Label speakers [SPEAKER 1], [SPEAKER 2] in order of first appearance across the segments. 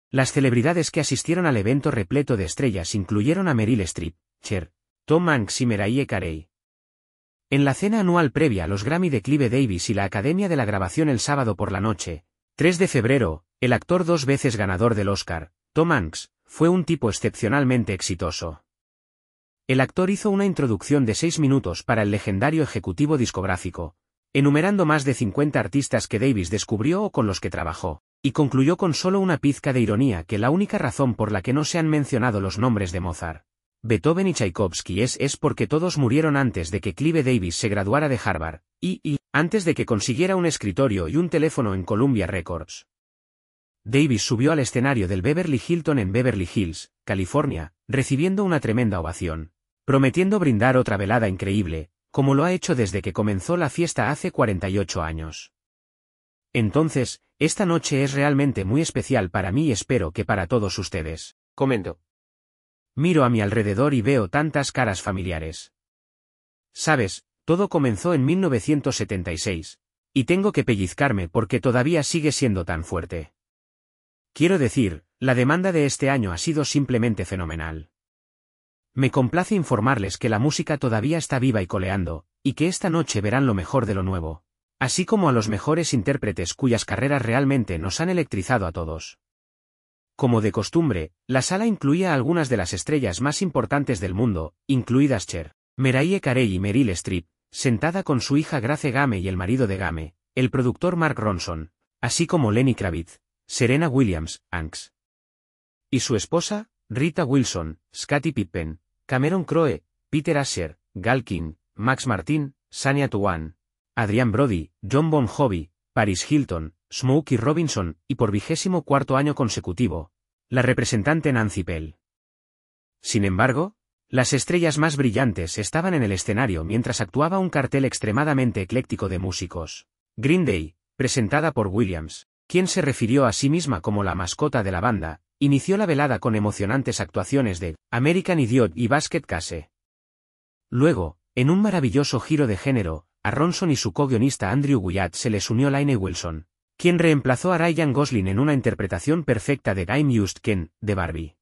[SPEAKER 1] Las celebridades que asistieron al evento repleto de estrellas incluyeron a Meryl Streep, Cher, Tom Hanks y Mariah Carey. En la cena anual previa a los Grammy de Clive Davis y la Academia de la Grabación el sábado por la noche, 3 de febrero, el actor 2 veces ganador del Oscar, Tom Hanks, fue un tipo excepcionalmente exitoso. El actor hizo una introducción de 6 minutos para el legendario ejecutivo discográfico, enumerando más de 50 artistas que Davis descubrió o con los que trabajó, y concluyó con solo una pizca de ironía que la única razón por la que no se han mencionado los nombres de Mozart, Beethoven y Tchaikovsky es porque todos murieron antes de que Clive Davis se graduara de Harvard, y antes de que consiguiera un escritorio y un teléfono en Columbia Records. Davis subió al escenario del Beverly Hilton en Beverly Hills, California, recibiendo una tremenda ovación, prometiendo brindar otra velada increíble, como lo ha hecho desde que comenzó la fiesta hace 48 años. Entonces, esta noche es realmente muy especial para mí y espero que para todos ustedes, comentó. Miro a mi alrededor y veo tantas caras familiares. Sabes, todo comenzó en 1976, y tengo que pellizcarme porque todavía sigue siendo tan fuerte. Quiero decir, la demanda de este año ha sido simplemente fenomenal. Me complace informarles que la música todavía está viva y coleando, y que esta noche verán lo mejor de lo nuevo, así como a los mejores intérpretes cuyas carreras realmente nos han electrizado a todos. Como de costumbre, la sala incluía a algunas de las estrellas más importantes del mundo, incluidas Cher, Mariah Carey y Meryl Streep, sentada con su hija Grace Game y el marido de Game, el productor Mark Ronson, así como Lenny Kravitz, Serena Williams, Hanks, y su esposa, Rita Wilson, Scottie Pippen, Cameron Crowe, Peter Asher, Gal King, Max Martin, Shania Twain, Adrian Brody, John Bon Jovi, Paris Hilton, Smokey Robinson, y por 24º año consecutivo, la representante Nancy Pell. Sin embargo, las estrellas más brillantes estaban en el escenario mientras actuaba un cartel extremadamente ecléctico de músicos. Green Day, presentada por Williams, quien se refirió a sí misma como la mascota de la banda, inició la velada con emocionantes actuaciones de American Idiot y Basket Case. Luego, en un maravilloso giro de género, a Ronson y su co-guionista Andrew Wyatt se les unió Lainey Wilson, quien reemplazó a Ryan Gosling en una interpretación perfecta de I'm Just Ken, de Barbie.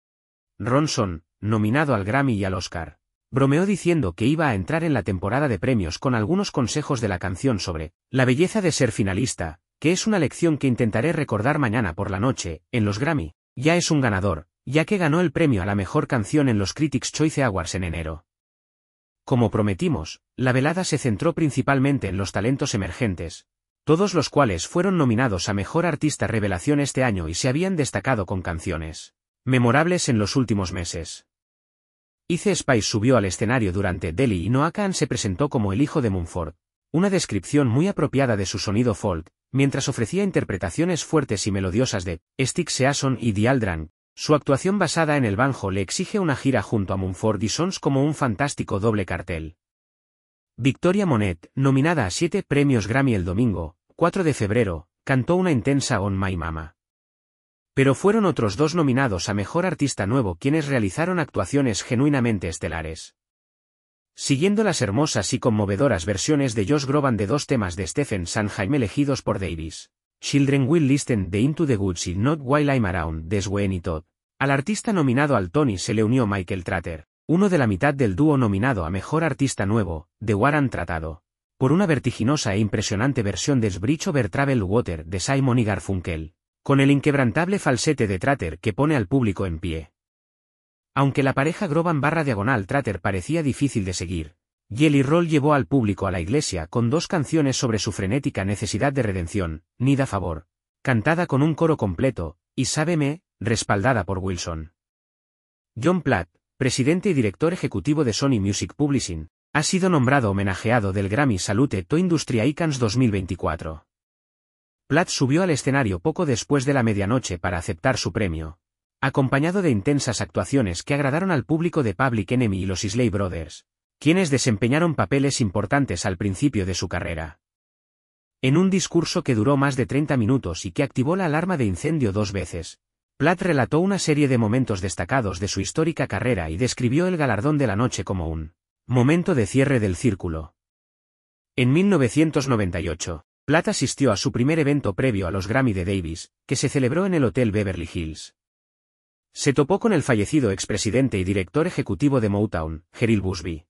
[SPEAKER 1] Ronson, nominado al Grammy y al Oscar, bromeó diciendo que iba a entrar en la temporada de premios con algunos consejos de la canción sobre la belleza de ser finalista, que es una lección que intentaré recordar mañana por la noche, en los Grammy. Ya es un ganador, ya que ganó el premio a la mejor canción en los Critics' Choice Awards en enero. Como prometimos, la velada se centró principalmente en los talentos emergentes, todos los cuales fueron nominados a Mejor Artista Revelación este año y se habían destacado con canciones memorables en los últimos meses. Ice Spice subió al escenario durante Deli y Noah Kahan se presentó como el hijo de Mumford, una descripción muy apropiada de su sonido folk, mientras ofrecía interpretaciones fuertes y melodiosas de Stick Season y The Aldran. Su actuación basada en el banjo le exige una gira junto a Mumford y Sons como un fantástico doble cartel. Victoria Monet, nominada a 7 premios Grammy el domingo, 4 de febrero, cantó una intensa On My Mama. Pero fueron otros 2 nominados a Mejor Artista Nuevo quienes realizaron actuaciones genuinamente estelares. Siguiendo las hermosas y conmovedoras versiones de Josh Groban de 2 temas de Stephen Sondheim elegidos por Davis, Children Will Listen de Into the Woods y Not While I'm Around de Sweeney Todd, al artista nominado al Tony se le unió Michael Tratter, uno de la mitad del dúo nominado a Mejor Artista Nuevo, de Warren Tratado, por una vertiginosa e impresionante versión de Bridge Over Troubled Water de Simon y Garfunkel, con el inquebrantable falsete de Tratter que pone al público en pie. Aunque la pareja Groban/Tratter parecía difícil de seguir, Jelly Roll llevó al público a la iglesia con 2 canciones sobre su frenética necesidad de redención, Need a Favor, cantada con un coro completo, y Sábeme, respaldada por Wilson. John Platt, presidente y director ejecutivo de Sony Music Publishing, ha sido nombrado homenajeado del Grammy Salute to Industry Icons 2024. Platt subió al escenario poco después de la medianoche para aceptar su premio, acompañado de intensas actuaciones que agradaron al público de Public Enemy y los Isley Brothers, quienes desempeñaron papeles importantes al principio de su carrera. En un discurso que duró más de 30 minutos y que activó la alarma de incendio 2 veces, Platt relató una serie de momentos destacados de su histórica carrera y describió el galardón de la noche como un momento de cierre del círculo. En 1998, Platt asistió a su primer evento previo a los Grammy de Davis, que se celebró en el Hotel Beverly Hills. Se topó con el fallecido expresidente y director ejecutivo de Motown, Gerald Busby.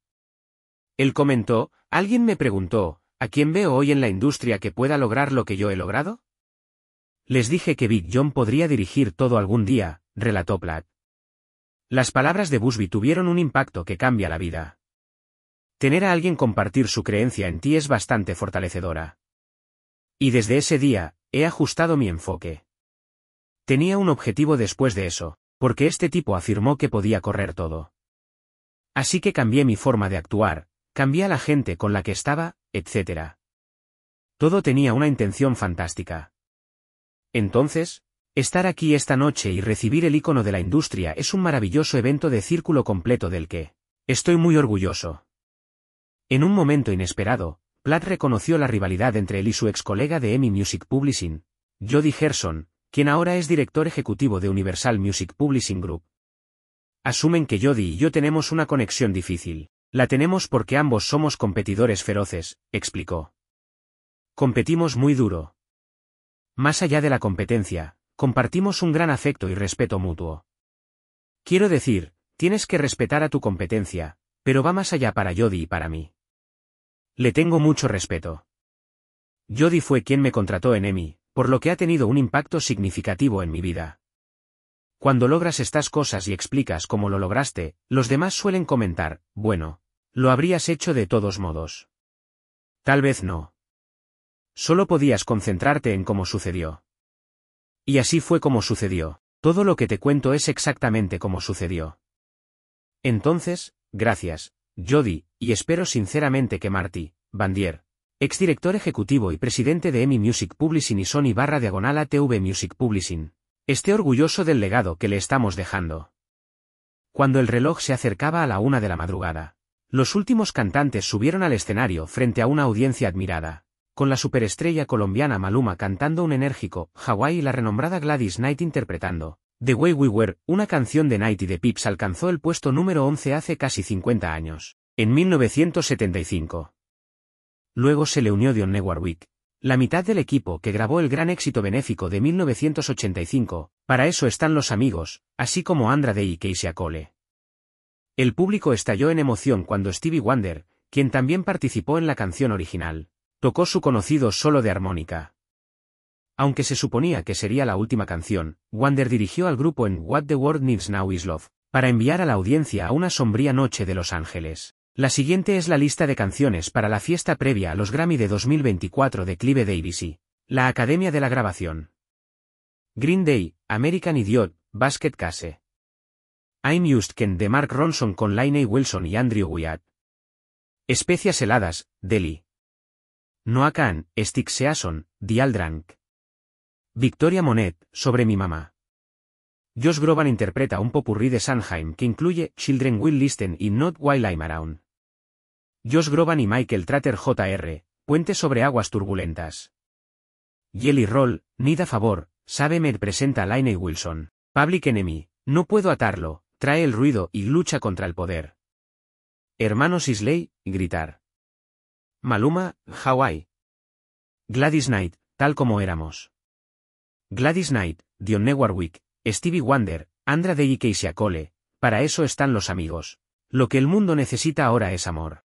[SPEAKER 1] Él comentó: «Alguien me preguntó, ¿a quién veo hoy en la industria que pueda lograr lo que yo he logrado? Les dije que Big John podría dirigir todo algún día», relató Platt. Las palabras de Busby tuvieron un impacto que cambia la vida. Tener a alguien compartir su creencia en ti es bastante fortalecedora. Y desde ese día, he ajustado mi enfoque. Tenía un objetivo después de eso, porque este tipo afirmó que podía correr todo. Así que cambié mi forma de actuar, cambié a la gente con la que estaba, etc. Todo tenía una intención fantástica. Entonces, estar aquí esta noche y recibir el ícono de la industria es un maravilloso evento de círculo completo del que estoy muy orgulloso. En un momento inesperado, Platt reconoció la rivalidad entre él y su ex colega de EMI Music Publishing, Jody Gerson, quien ahora es director ejecutivo de Universal Music Publishing Group. Asumen que Jody y yo tenemos una conexión difícil. La tenemos porque ambos somos competidores feroces, explicó. Competimos muy duro. Más allá de la competencia, compartimos un gran afecto y respeto mutuo. Quiero decir, tienes que respetar a tu competencia, pero va más allá para Jody y para mí. Le tengo mucho respeto. Jody fue quien me contrató en EMI, por lo que ha tenido un impacto significativo en mi vida. Cuando logras estas cosas y explicas cómo lo lograste, los demás suelen comentar: bueno, lo habrías hecho de todos modos. Tal vez no. Solo podías concentrarte en cómo sucedió. Y así fue como sucedió. Todo lo que te cuento es exactamente como sucedió. Entonces, gracias, Jody, y espero sinceramente que Marty Bandier, exdirector ejecutivo y presidente de EMI Music Publishing y Sony/ATV Music Publishing, esté orgulloso del legado que le estamos dejando. Cuando el reloj se acercaba a la 1 de la madrugada, los últimos cantantes subieron al escenario frente a una audiencia admirada, con la superestrella colombiana Maluma cantando un enérgico Hawaii y la renombrada Gladys Knight interpretando The Way We Were. Una canción de Knight y The Pips alcanzó el puesto número 11 hace casi 50 años, en 1975. Luego se le unió Dionne Warwick, la mitad del equipo que grabó el gran éxito benéfico de 1985, Para eso están los amigos, así como Andra Day y Keisha Cole. El público estalló en emoción cuando Stevie Wonder, quien también participó en la canción original, tocó su conocido solo de armónica. Aunque se suponía que sería la última canción, Wonder dirigió al grupo en What the World Needs Now Is Love, para enviar a la audiencia a una sombría noche de Los Ángeles. La siguiente es la lista de canciones para la fiesta previa a los Grammy de 2024 de Clive Davis y la Academia de la Grabación. Green Day, American Idiot, Basket Case. I'm Just Ken de Mark Ronson con Lainey Wilson y Andrew Wyatt. Especias heladas, Delhi. Noah Kahan, Stick Season, The All Drunk. Victoria Monet, Sobre mi mamá. Josh Groban interpreta un popurrí de Sondheim que incluye Children Will Listen y Not While I'm Around. Josh Groban y Michael Tratter Jr., Puente sobre aguas turbulentas. Jelly Roll, Need a Favor, Sabe me presenta a Lainey Wilson. Public Enemy, No puedo atarlo, trae el ruido y lucha contra el poder. Hermanos Isley, Gritar. Maluma, Hawaii. Gladys Knight, Tal como éramos. Gladys Knight, Dionne Warwick, Stevie Wonder, Andra Day y Keisha Cole, Para eso están los amigos. Lo que el mundo necesita ahora es amor.